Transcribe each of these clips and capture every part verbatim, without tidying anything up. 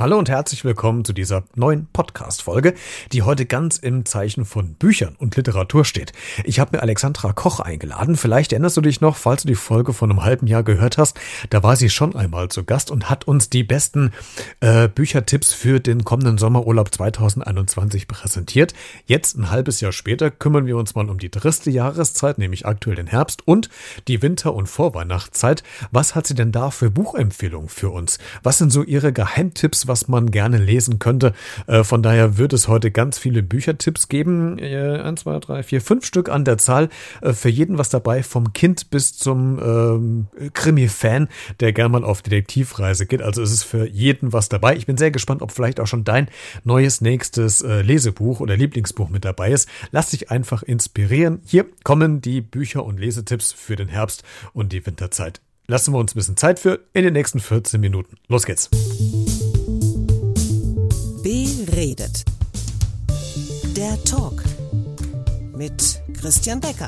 Hallo und herzlich willkommen zu dieser neuen Podcast-Folge, die heute ganz im Zeichen von Büchern und Literatur steht. Ich habe mir Alexandra Koch eingeladen. Vielleicht erinnerst du dich noch, falls du die Folge von einem halben Jahr gehört hast. Da war sie schon einmal zu Gast und hat uns die besten äh, Büchertipps für den kommenden Sommerurlaub zwanzig einundzwanzig präsentiert. Jetzt, ein halbes Jahr später, kümmern wir uns mal um die dritte Jahreszeit, nämlich aktuell den Herbst und die Winter- und Vorweihnachtszeit. Was hat sie denn da für Buchempfehlungen für uns? Was sind so ihre Geheimtipps, was man gerne lesen könnte? Äh, von daher wird es heute ganz viele Büchertipps geben. Äh, eins, zwei, drei, vier, fünf Stück an der Zahl. Äh, für jeden was dabei, vom Kind bis zum ähm, Krimi-Fan, der gerne mal auf Detektivreise geht. Also es ist für jeden was dabei. Ich bin sehr gespannt, ob vielleicht auch schon dein neues nächstes äh, Lesebuch oder Lieblingsbuch mit dabei ist. Lass dich einfach inspirieren. Hier kommen die Bücher- und Lesetipps für den Herbst und die Winterzeit. Lassen wir uns ein bisschen Zeit für in den nächsten vierzehn Minuten. Los geht's. Beredet. Der Talk mit Christian Becker.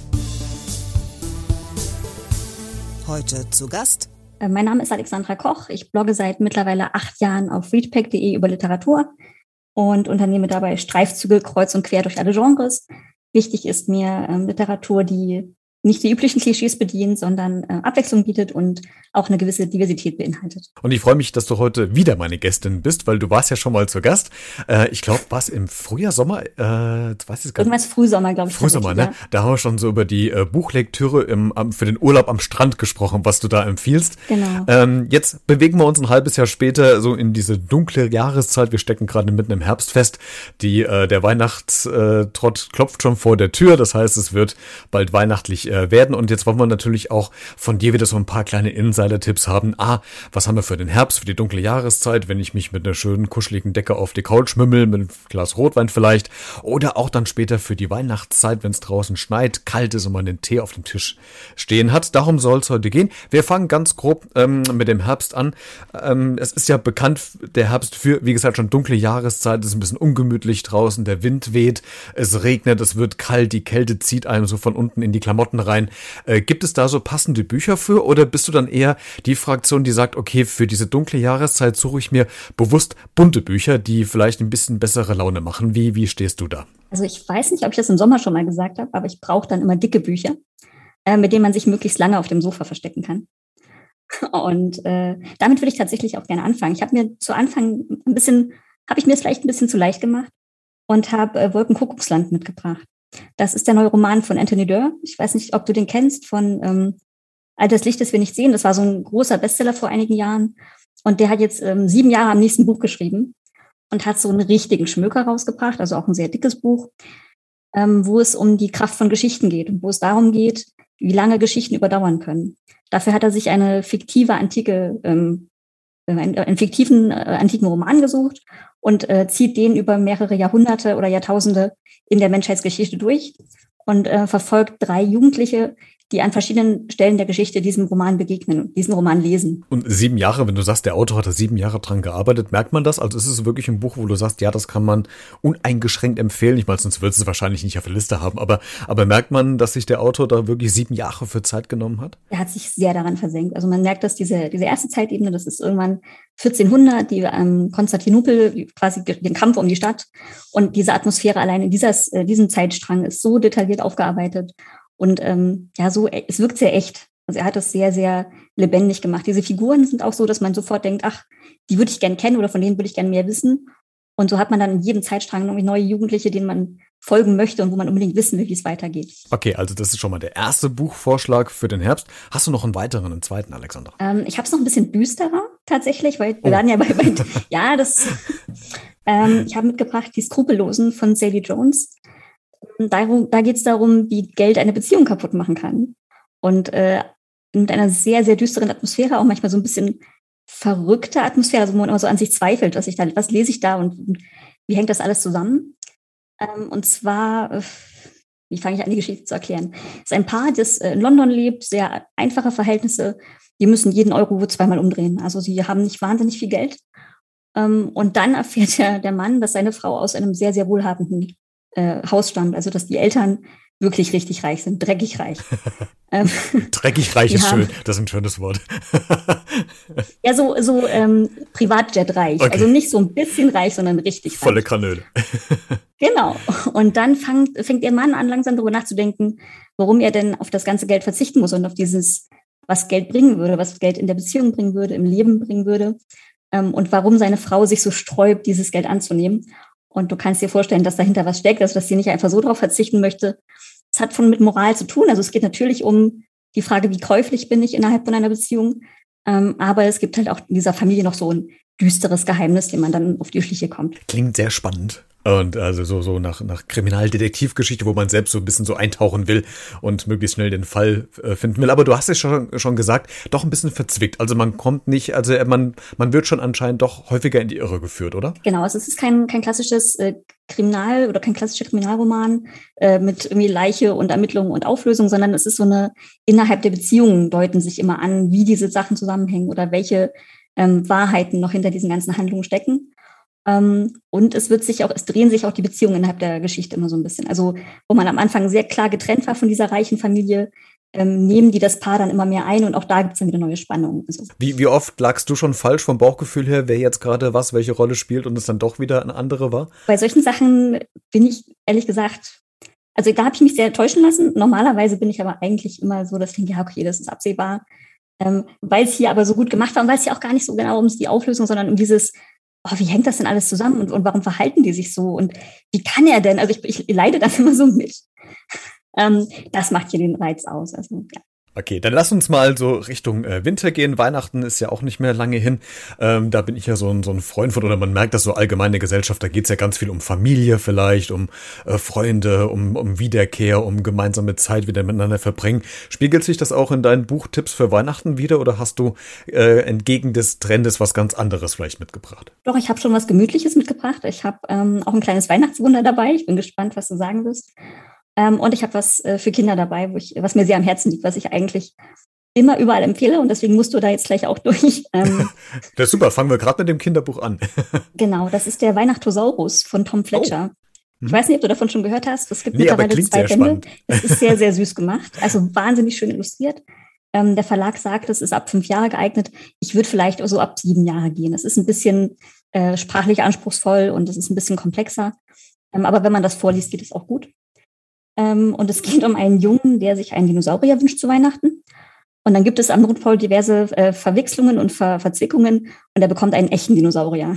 Heute zu Gast. Mein Name ist Alexandra Koch. Ich blogge seit mittlerweile acht Jahren auf readpack punkt de über Literatur und unternehme dabei Streifzüge kreuz und quer durch alle Genres. Wichtig ist mir ähm, Literatur, die nicht die üblichen Klischees bedient, sondern äh, Abwechslung bietet und auch eine gewisse Diversität beinhaltet. Und ich freue mich, dass du heute wieder meine Gästin bist, weil du warst ja schon mal zu Gast. Äh, ich glaube, was im Frühjahr, Sommer? Äh, weiß ich gar Irgendwas Frühsommer, glaube ich. Frühsommer, ne? Ja. Da haben wir schon so über die äh, Buchlektüre im, am, für den Urlaub am Strand gesprochen, was du da empfiehlst. Genau. Ähm, jetzt bewegen wir uns ein halbes Jahr später so in diese dunkle Jahreszeit. Wir stecken gerade mitten im Herbst fest. Die, äh, der Weihnachtstrott klopft schon vor der Tür. Das heißt, es wird bald weihnachtlich äh, werden. Und jetzt wollen wir natürlich auch von dir wieder so ein paar kleine Insider-Tipps haben. Ah, was haben wir für den Herbst, für die dunkle Jahreszeit, wenn ich mich mit einer schönen, kuscheligen Decke auf die Couch mümmel, mit einem Glas Rotwein vielleicht. Oder auch dann später für die Weihnachtszeit, wenn es draußen schneit, kalt ist und man den Tee auf dem Tisch stehen hat. Darum soll es heute gehen. Wir fangen ganz grob ähm, mit dem Herbst an. Ähm, es ist ja bekannt, der Herbst für, wie gesagt, schon dunkle Jahreszeit. Es ist ein bisschen ungemütlich draußen, der Wind weht, es regnet, es wird kalt, die Kälte zieht einem so von unten in die Klamotten rein. Äh, gibt es da so passende Bücher für oder bist du dann eher die Fraktion, die sagt, okay, für diese dunkle Jahreszeit suche ich mir bewusst bunte Bücher, die vielleicht ein bisschen bessere Laune machen? Wie, wie stehst du da? Also ich weiß nicht, ob ich das im Sommer schon mal gesagt habe, aber ich brauche dann immer dicke Bücher, äh, mit denen man sich möglichst lange auf dem Sofa verstecken kann. Und äh, damit würde ich tatsächlich auch gerne anfangen. Ich habe mir zu Anfang ein bisschen, habe ich mir es vielleicht ein bisschen zu leicht gemacht und habe äh, Wolkenkuckucksland mitgebracht. Das ist der neue Roman von Anthony Doerr. Ich weiß nicht, ob du den kennst, von ähm, All das Licht, das wir nicht sehen. Das war so ein großer Bestseller vor einigen Jahren. Und der hat jetzt ähm, sieben Jahre am nächsten Buch geschrieben und hat so einen richtigen Schmöker rausgebracht, also auch ein sehr dickes Buch, ähm, wo es um die Kraft von Geschichten geht und wo es darum geht, wie lange Geschichten überdauern können. Dafür hat er sich eine fiktive antike, ähm, einen, einen fiktiven äh, antiken Roman gesucht und äh, zieht den über mehrere Jahrhunderte oder Jahrtausende in der Menschheitsgeschichte durch und äh, verfolgt drei Jugendliche, die an verschiedenen Stellen der Geschichte diesem Roman begegnen und diesen Roman lesen. Und sieben Jahre, wenn du sagst, der Autor hat da sieben Jahre dran gearbeitet, merkt man das? Also ist es wirklich ein Buch, wo du sagst, ja, das kann man uneingeschränkt empfehlen? Ich meine, sonst würdest du es wahrscheinlich nicht auf der Liste haben, aber, aber merkt man, dass sich der Autor da wirklich sieben Jahre für Zeit genommen hat? Er hat sich sehr daran versenkt. Also man merkt, dass diese, diese erste Zeitebene, das ist irgendwann vierzehnhundert, die ähm, Konstantinopel, quasi den Kampf um die Stadt, und diese Atmosphäre allein in dieser, äh, diesem Zeitstrang ist so detailliert aufgearbeitet. Und ähm, ja, so, es wirkt sehr echt. Also er hat das sehr, sehr lebendig gemacht. Diese Figuren sind auch so, dass man sofort denkt, ach, die würde ich gerne kennen oder von denen würde ich gerne mehr wissen. Und so hat man dann in jedem Zeitstrang irgendwie neue Jugendliche, denen man folgen möchte und wo man unbedingt wissen will, wie es weitergeht. Okay, also das ist schon mal der erste Buchvorschlag für den Herbst. Hast du noch einen weiteren, einen zweiten, Alexandra? Ähm, ich habe es noch ein bisschen düsterer tatsächlich, weil wir oh. werden ja bei, bei ja, das, ähm, ich habe mitgebracht Die Skrupellosen von Sadie Jones. Darum, da geht es darum, wie Geld eine Beziehung kaputt machen kann. Und äh, mit einer sehr, sehr düsteren Atmosphäre, auch manchmal so ein bisschen verrückte Atmosphäre, also wo man immer so an sich zweifelt, was ich da, was lese ich da und wie hängt das alles zusammen? Ähm, und zwar, äh, wie fange ich an, die Geschichte zu erklären? Es ist ein Paar, das äh, in London lebt, sehr einfache Verhältnisse. Die müssen jeden Euro zweimal umdrehen. Also sie haben nicht wahnsinnig viel Geld. Ähm, und dann erfährt der, der Mann, dass seine Frau aus einem sehr, sehr wohlhabenden äh, Haus stammt. Also dass die Eltern wirklich richtig reich sind, dreckig reich. ähm, dreckig reich ist haben, schön, das ist ein schönes Wort. ja, so, so ähm, Privatjet reich, okay. Also nicht so ein bisschen reich, sondern richtig reich. Volle Kanöle. Genau. Und dann fängt, fängt ihr Mann an, langsam darüber nachzudenken, warum er denn auf das ganze Geld verzichten muss und auf dieses, was Geld bringen würde, was Geld in der Beziehung bringen würde, im Leben bringen würde. Ähm, und warum seine Frau sich so sträubt, dieses Geld anzunehmen. Und du kannst dir vorstellen, dass dahinter was steckt, also dass sie nicht einfach so drauf verzichten möchte. Es hat von mit Moral zu tun. Also es geht natürlich um die Frage, wie käuflich bin ich innerhalb von einer Beziehung. Ähm, aber es gibt halt auch in dieser Familie noch so ein düsteres Geheimnis, dem man dann auf die Schliche kommt. Klingt sehr spannend. Und also so, so nach, nach Kriminaldetektivgeschichte, wo man selbst so ein bisschen so eintauchen will und möglichst schnell den Fall äh, finden will. Aber du hast es schon, schon gesagt, doch ein bisschen verzwickt. Also man kommt nicht, also man, man wird schon anscheinend doch häufiger in die Irre geführt, oder? Genau, also es ist kein, kein klassisches äh, Kriminal- oder kein klassischer Kriminalroman äh, mit irgendwie Leiche und Ermittlung und Auflösung, sondern es ist so eine, innerhalb der Beziehungen deuten sich immer an, wie diese Sachen zusammenhängen oder welche ähm, Wahrheiten noch hinter diesen ganzen Handlungen stecken. Um, und es wird sich auch, es drehen sich auch die Beziehungen innerhalb der Geschichte immer so ein bisschen. Also, wo man am Anfang sehr klar getrennt war von dieser reichen Familie, ähm, nehmen die das Paar dann immer mehr ein und auch da gibt es dann wieder neue Spannungen. Also. Wie, wie oft lagst du schon falsch vom Bauchgefühl her, wer jetzt gerade was, welche Rolle spielt und es dann doch wieder eine andere war? Bei solchen Sachen bin ich ehrlich gesagt, also da habe ich mich sehr täuschen lassen. Normalerweise bin ich aber eigentlich immer so, dass ich denke, ja, okay, das ist absehbar. Ähm, weil es hier aber so gut gemacht war und weil es ja auch gar nicht so genau um die Auflösung, sondern um dieses, oh, wie hängt das denn alles zusammen und, und warum verhalten die sich so und wie kann er denn? Also ich, ich leide das immer so mit. Ähm, das macht hier den Reiz aus. Also, ja. Okay, dann lass uns mal so Richtung äh, Winter gehen. Weihnachten ist ja auch nicht mehr lange hin. Ähm, da bin ich ja so ein, so ein Freund von, oder man merkt das so allgemein in der Gesellschaft, da geht's ja ganz viel um Familie vielleicht, um äh, Freunde, um, um Wiederkehr, um gemeinsame Zeit wieder miteinander verbringen. Spiegelt sich das auch in deinen Buchtipps für Weihnachten wieder oder hast du äh, entgegen des Trendes was ganz anderes vielleicht mitgebracht? Doch, ich habe schon was Gemütliches mitgebracht. Ich habe ähm, auch ein kleines Weihnachtswunder dabei. Ich bin gespannt, was du sagen wirst. Ähm, und ich habe was äh, für Kinder dabei, wo ich, was mir sehr am Herzen liegt, was ich eigentlich immer überall empfehle. Und deswegen musst du da jetzt gleich auch durch. Ähm, das ist super, fangen wir gerade mit dem Kinderbuch an. Genau, das ist der Weihnachtosaurus von Tom Fletcher. Oh. Ich weiß nicht, ob du davon schon gehört hast. Es gibt nee, mittlerweile zwei Bände. Es ist sehr, sehr süß gemacht. Also wahnsinnig schön illustriert. Ähm, der Verlag sagt, es ist ab fünf Jahre geeignet. Ich würde vielleicht so ab sieben Jahre gehen. Es ist ein bisschen äh, sprachlich anspruchsvoll und es ist ein bisschen komplexer. Ähm, aber wenn man das vorliest, geht es auch gut. Ähm, und es geht um einen Jungen, der sich einen Dinosaurier wünscht zu Weihnachten. Und dann gibt es am Nordpol diverse äh, Verwechslungen und Ver- Verzwickungen und er bekommt einen echten Dinosaurier.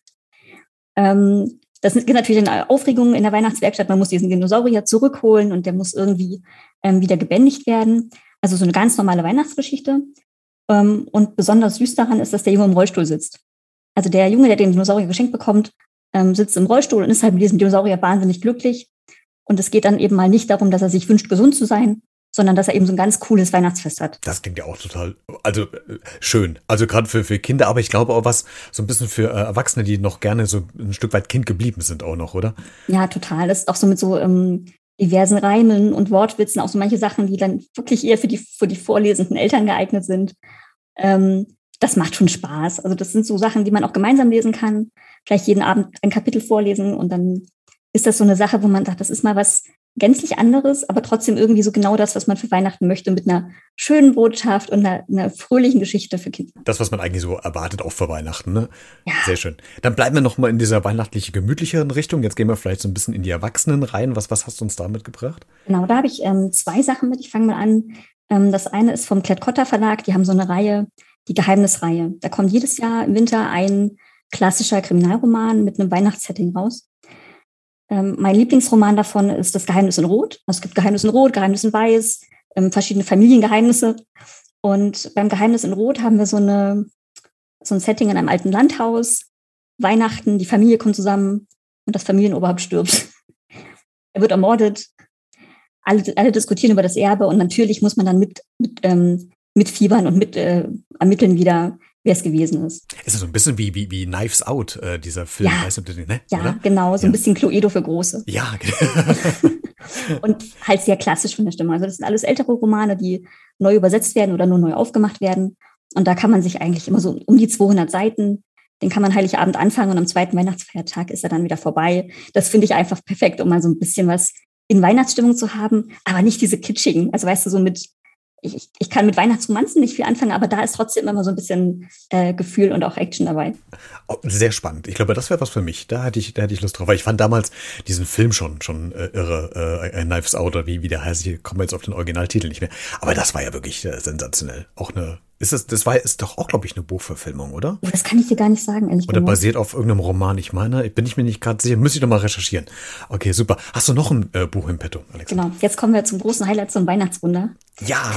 ähm, das gibt natürlich eine Aufregung in der Weihnachtswerkstatt. Man muss diesen Dinosaurier zurückholen und der muss irgendwie ähm, wieder gebändigt werden. Also so eine ganz normale Weihnachtsgeschichte. Ähm, und besonders süß daran ist, dass der Junge im Rollstuhl sitzt. Also der Junge, der den Dinosaurier geschenkt bekommt, ähm, sitzt im Rollstuhl und ist halt mit diesem Dinosaurier wahnsinnig glücklich. Und es geht dann eben mal nicht darum, dass er sich wünscht, gesund zu sein, sondern dass er eben so ein ganz cooles Weihnachtsfest hat. Das klingt ja auch total, also äh, schön. Also gerade für, für Kinder, aber ich glaube auch was so ein bisschen für äh, Erwachsene, die noch gerne so ein Stück weit Kind geblieben sind auch noch, oder? Ja, total. Das ist auch so mit so ähm, diversen Reimen und Wortwitzen, auch so manche Sachen, die dann wirklich eher für die, für die vorlesenden Eltern geeignet sind. Ähm, das macht schon Spaß. Also das sind so Sachen, die man auch gemeinsam lesen kann. Vielleicht jeden Abend ein Kapitel vorlesen und dann ist das so eine Sache, wo man sagt, das ist mal was gänzlich anderes, aber trotzdem irgendwie so genau das, was man für Weihnachten möchte, mit einer schönen Botschaft und einer, einer fröhlichen Geschichte für Kinder. Das, was man eigentlich so erwartet, auch für Weihnachten, ne? Ja. Sehr schön. Dann bleiben wir noch mal in dieser weihnachtlich gemütlicheren Richtung. Jetzt gehen wir vielleicht so ein bisschen in die Erwachsenen rein. Was, was hast du uns da mitgebracht? Genau, da habe ich ähm, zwei Sachen mit. Ich fange mal an. Ähm, das eine ist vom Klett-Cotta Verlag. Die haben so eine Reihe, die Geheimnisreihe. Da kommt jedes Jahr im Winter ein klassischer Kriminalroman mit einem Weihnachtssetting raus. Ähm, mein Lieblingsroman davon ist Das Geheimnis in Rot. Also es gibt Geheimnis in Rot, Geheimnis in Weiß, ähm, verschiedene Familiengeheimnisse. Und beim Geheimnis in Rot haben wir so, eine, so ein Setting in einem alten Landhaus. Weihnachten, die Familie kommt zusammen und das Familienoberhaupt stirbt. Er wird ermordet. Alle, alle diskutieren über das Erbe und natürlich muss man dann mit, mit, ähm, mitfiebern und mit äh, ermitteln wieder, wer es gewesen ist. Ist so ein bisschen wie, wie, wie Knives Out, äh, dieser Film. Ja, weißt du, ne? Ja, Oder? genau, so ja. ein bisschen Cluedo für Große. Ja, genau. Und halt sehr klassisch von der Stimme. Also das sind alles ältere Romane, die neu übersetzt werden oder nur neu aufgemacht werden. Und da kann man sich eigentlich immer so um die zweihundert Seiten, den kann man Heiligabend anfangen und am zweiten Weihnachtsfeiertag ist er dann wieder vorbei. Das finde ich einfach perfekt, um mal so ein bisschen was in Weihnachtsstimmung zu haben, aber nicht diese kitschigen. Also weißt du, so mit, ich, ich kann mit Weihnachtsromanzen nicht viel anfangen, aber da ist trotzdem immer so ein bisschen äh, Gefühl und auch Action dabei. Oh, sehr spannend. Ich glaube, das wäre was für mich. Da hätte ich, da hätte ich Lust drauf. Weil ich fand damals diesen Film schon, schon äh, irre, äh, Knives Out oder wie, wie der heißt. Ich komme jetzt auf den Originaltitel nicht mehr. Aber das war ja wirklich äh, sensationell. Auch eine, ist das, das war, ist doch auch, glaube ich, eine Buchverfilmung, oder? Oh, das kann ich dir gar nicht sagen, ehrlich Oder gesagt. basiert auf irgendeinem Roman. Ich meine, bin ich mir nicht gerade sicher. Müsste ich noch mal recherchieren. Okay, super. Hast du noch ein äh, Buch im Petto, Alexandra? Genau. Jetzt kommen wir zum großen Highlight, zum Weihnachtswunder. Ja.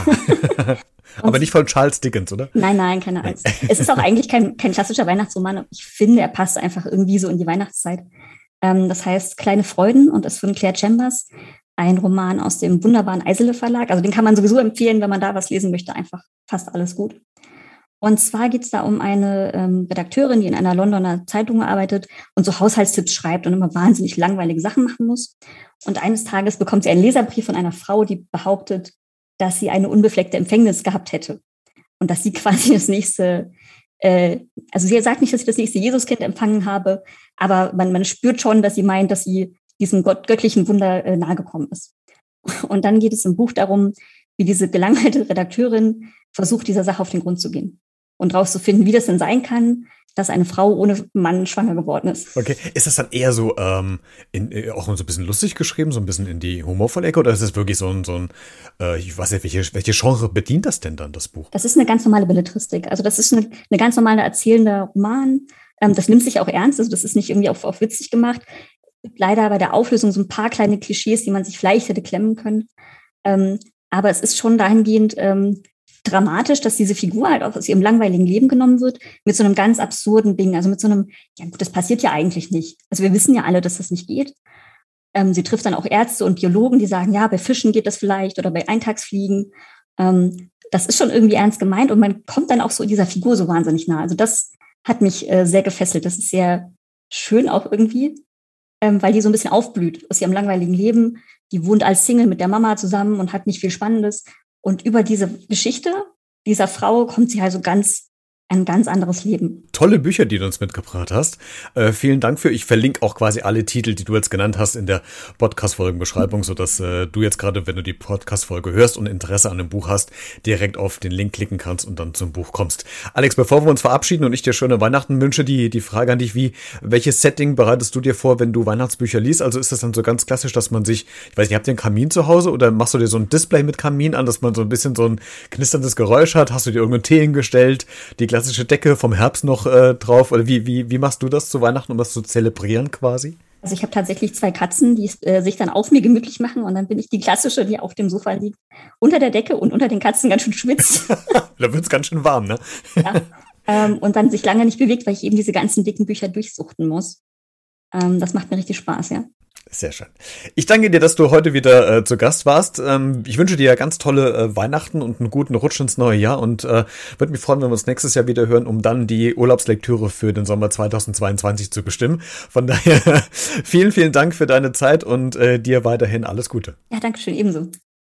Aber nicht von Charles Dickens, oder? Nein, nein, keine Angst. Es ist auch eigentlich kein, kein klassischer Weihnachtsroman. Aber ich finde, er passt einfach irgendwie so in die Weihnachtszeit. Ähm, das heißt Kleine Freuden und ist von Claire Chambers. Ein Roman aus dem wunderbaren Eisele Verlag. Also den kann man sowieso empfehlen, wenn man da was lesen möchte. Einfach fast alles gut. Und zwar geht es da um eine ähm, Redakteurin, die in einer Londoner Zeitung arbeitet und so Haushaltstipps schreibt und immer wahnsinnig langweilige Sachen machen muss. Und eines Tages bekommt sie einen Leserbrief von einer Frau, die behauptet, dass sie eine unbefleckte Empfängnis gehabt hätte. Und dass sie quasi das nächste, äh, also sie sagt nicht, dass sie das nächste Jesuskind empfangen habe, aber man, man spürt schon, dass sie meint, dass sie diesem Gott, göttlichen Wunder äh, nahegekommen ist. Und dann geht es im Buch darum, wie diese gelangweilte Redakteurin versucht, dieser Sache auf den Grund zu gehen und rauszufinden, wie das denn sein kann, dass eine Frau ohne Mann schwanger geworden ist. Okay, ist das dann eher so ähm, in, äh, auch so ein bisschen lustig geschrieben, so ein bisschen in die humorvolle Ecke, oder ist es wirklich so ein, so ein äh, ich weiß nicht, welche, welche Genre bedient das denn dann, das Buch? Das ist eine ganz normale Belletristik. Also das ist eine, eine ganz normale erzählender Roman. Ähm, das nimmt sich auch ernst, also das ist nicht irgendwie auf, auf witzig gemacht. Leider bei der Auflösung so ein paar kleine Klischees, die man sich vielleicht hätte klemmen können. Ähm, aber es ist schon dahingehend ähm, dramatisch, dass diese Figur halt auch aus ihrem langweiligen Leben genommen wird, mit so einem ganz absurden Ding, also mit so einem, ja gut, das passiert ja eigentlich nicht. Also wir wissen ja alle, dass das nicht geht. Ähm, sie trifft dann auch Ärzte und Biologen, die sagen, ja, bei Fischen geht das vielleicht oder bei Eintagsfliegen. Ähm, das ist schon irgendwie ernst gemeint und man kommt dann auch so dieser Figur so wahnsinnig nah. Also das hat mich äh, sehr gefesselt. Das ist sehr schön auch irgendwie, ähm, weil die so ein bisschen aufblüht aus ihrem langweiligen Leben. Die wohnt als Single mit der Mama zusammen und hat nicht viel Spannendes. Und über diese Geschichte dieser Frau kommt sie also ganz ein ganz anderes Leben. Tolle Bücher, die du uns mitgebracht hast. Äh, vielen Dank für. Ich verlinke auch quasi alle Titel, die du jetzt genannt hast, in der Podcast-Folgenbeschreibung, sodass äh, du jetzt gerade, wenn du die Podcast-Folge hörst und Interesse an dem Buch hast, direkt auf den Link klicken kannst und dann zum Buch kommst. Alex, bevor wir uns verabschieden und ich dir schöne Weihnachten wünsche, die, die Frage an dich, wie, welches Setting bereitest du dir vor, wenn du Weihnachtsbücher liest? Also ist das dann so ganz klassisch, dass man sich, ich weiß nicht, habt ihr einen Kamin zu Hause oder machst du dir so ein Display mit Kamin an, dass man so ein bisschen so ein knisterndes Geräusch hat? Hast du dir irgendeinen Tee hingestellt? Die klassische Decke vom Herbst noch äh, drauf? Oder wie, wie, wie machst du das zu Weihnachten, um das zu zelebrieren quasi? Also ich habe tatsächlich zwei Katzen, die äh, sich dann auf mir gemütlich machen und dann bin ich die klassische, die auf dem Sofa liegt, unter der Decke und unter den Katzen ganz schön schwitzt. Da wird's ganz schön warm, ne? Ja. Ähm, und dann sich lange nicht bewegt, weil ich eben diese ganzen dicken Bücher durchsuchten muss. Ähm, das macht mir richtig Spaß, ja. Sehr schön. Ich danke dir, dass du heute wieder äh, zu Gast warst. Ähm, ich wünsche dir ganz tolle äh, Weihnachten und einen guten Rutsch ins neue Jahr und äh, würde mich freuen, wenn wir uns nächstes Jahr wieder hören, um dann die Urlaubslektüre für den Sommer zweitausendzweiundzwanzig zu bestimmen. Von daher vielen, vielen Dank für deine Zeit und äh, dir weiterhin alles Gute. Ja, danke schön, ebenso.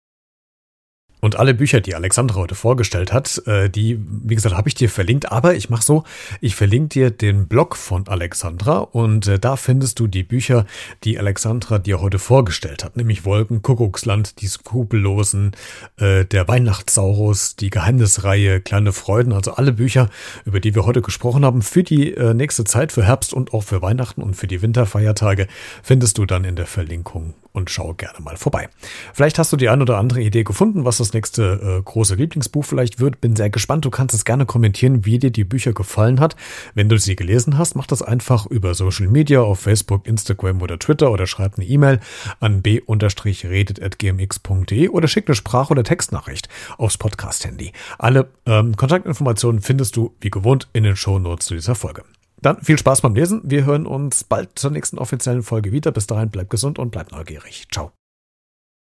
Und alle Bücher, die Alexandra heute vorgestellt hat, die, wie gesagt, habe ich dir verlinkt. Aber ich mache so, ich verlinke dir den Blog von Alexandra und da findest du die Bücher, die Alexandra dir heute vorgestellt hat. Nämlich Wolken, Kuckucksland, die Skrupellosen, der Weihnachtssaurus, die Geheimnisreihe, Kleine Freuden. Also alle Bücher, über die wir heute gesprochen haben, für die nächste Zeit, für Herbst und auch für Weihnachten und für die Winterfeiertage, findest du dann in der Verlinkung. Und schau gerne mal vorbei. Vielleicht hast du die ein oder andere Idee gefunden, was das nächste äh, große Lieblingsbuch vielleicht wird. Bin sehr gespannt. Du kannst es gerne kommentieren, wie dir die Bücher gefallen hat. Wenn du sie gelesen hast, mach das einfach über Social Media auf Facebook, Instagram oder Twitter oder schreib eine E-Mail an b redet at g m x punkt d e oder schick eine Sprach- oder Textnachricht aufs Podcast-Handy. Alle ähm, Kontaktinformationen findest du wie gewohnt in den Shownotes zu dieser Folge. Dann viel Spaß beim Lesen. Wir hören uns bald zur nächsten offiziellen Folge wieder. Bis dahin, bleib gesund und bleib neugierig. Ciao.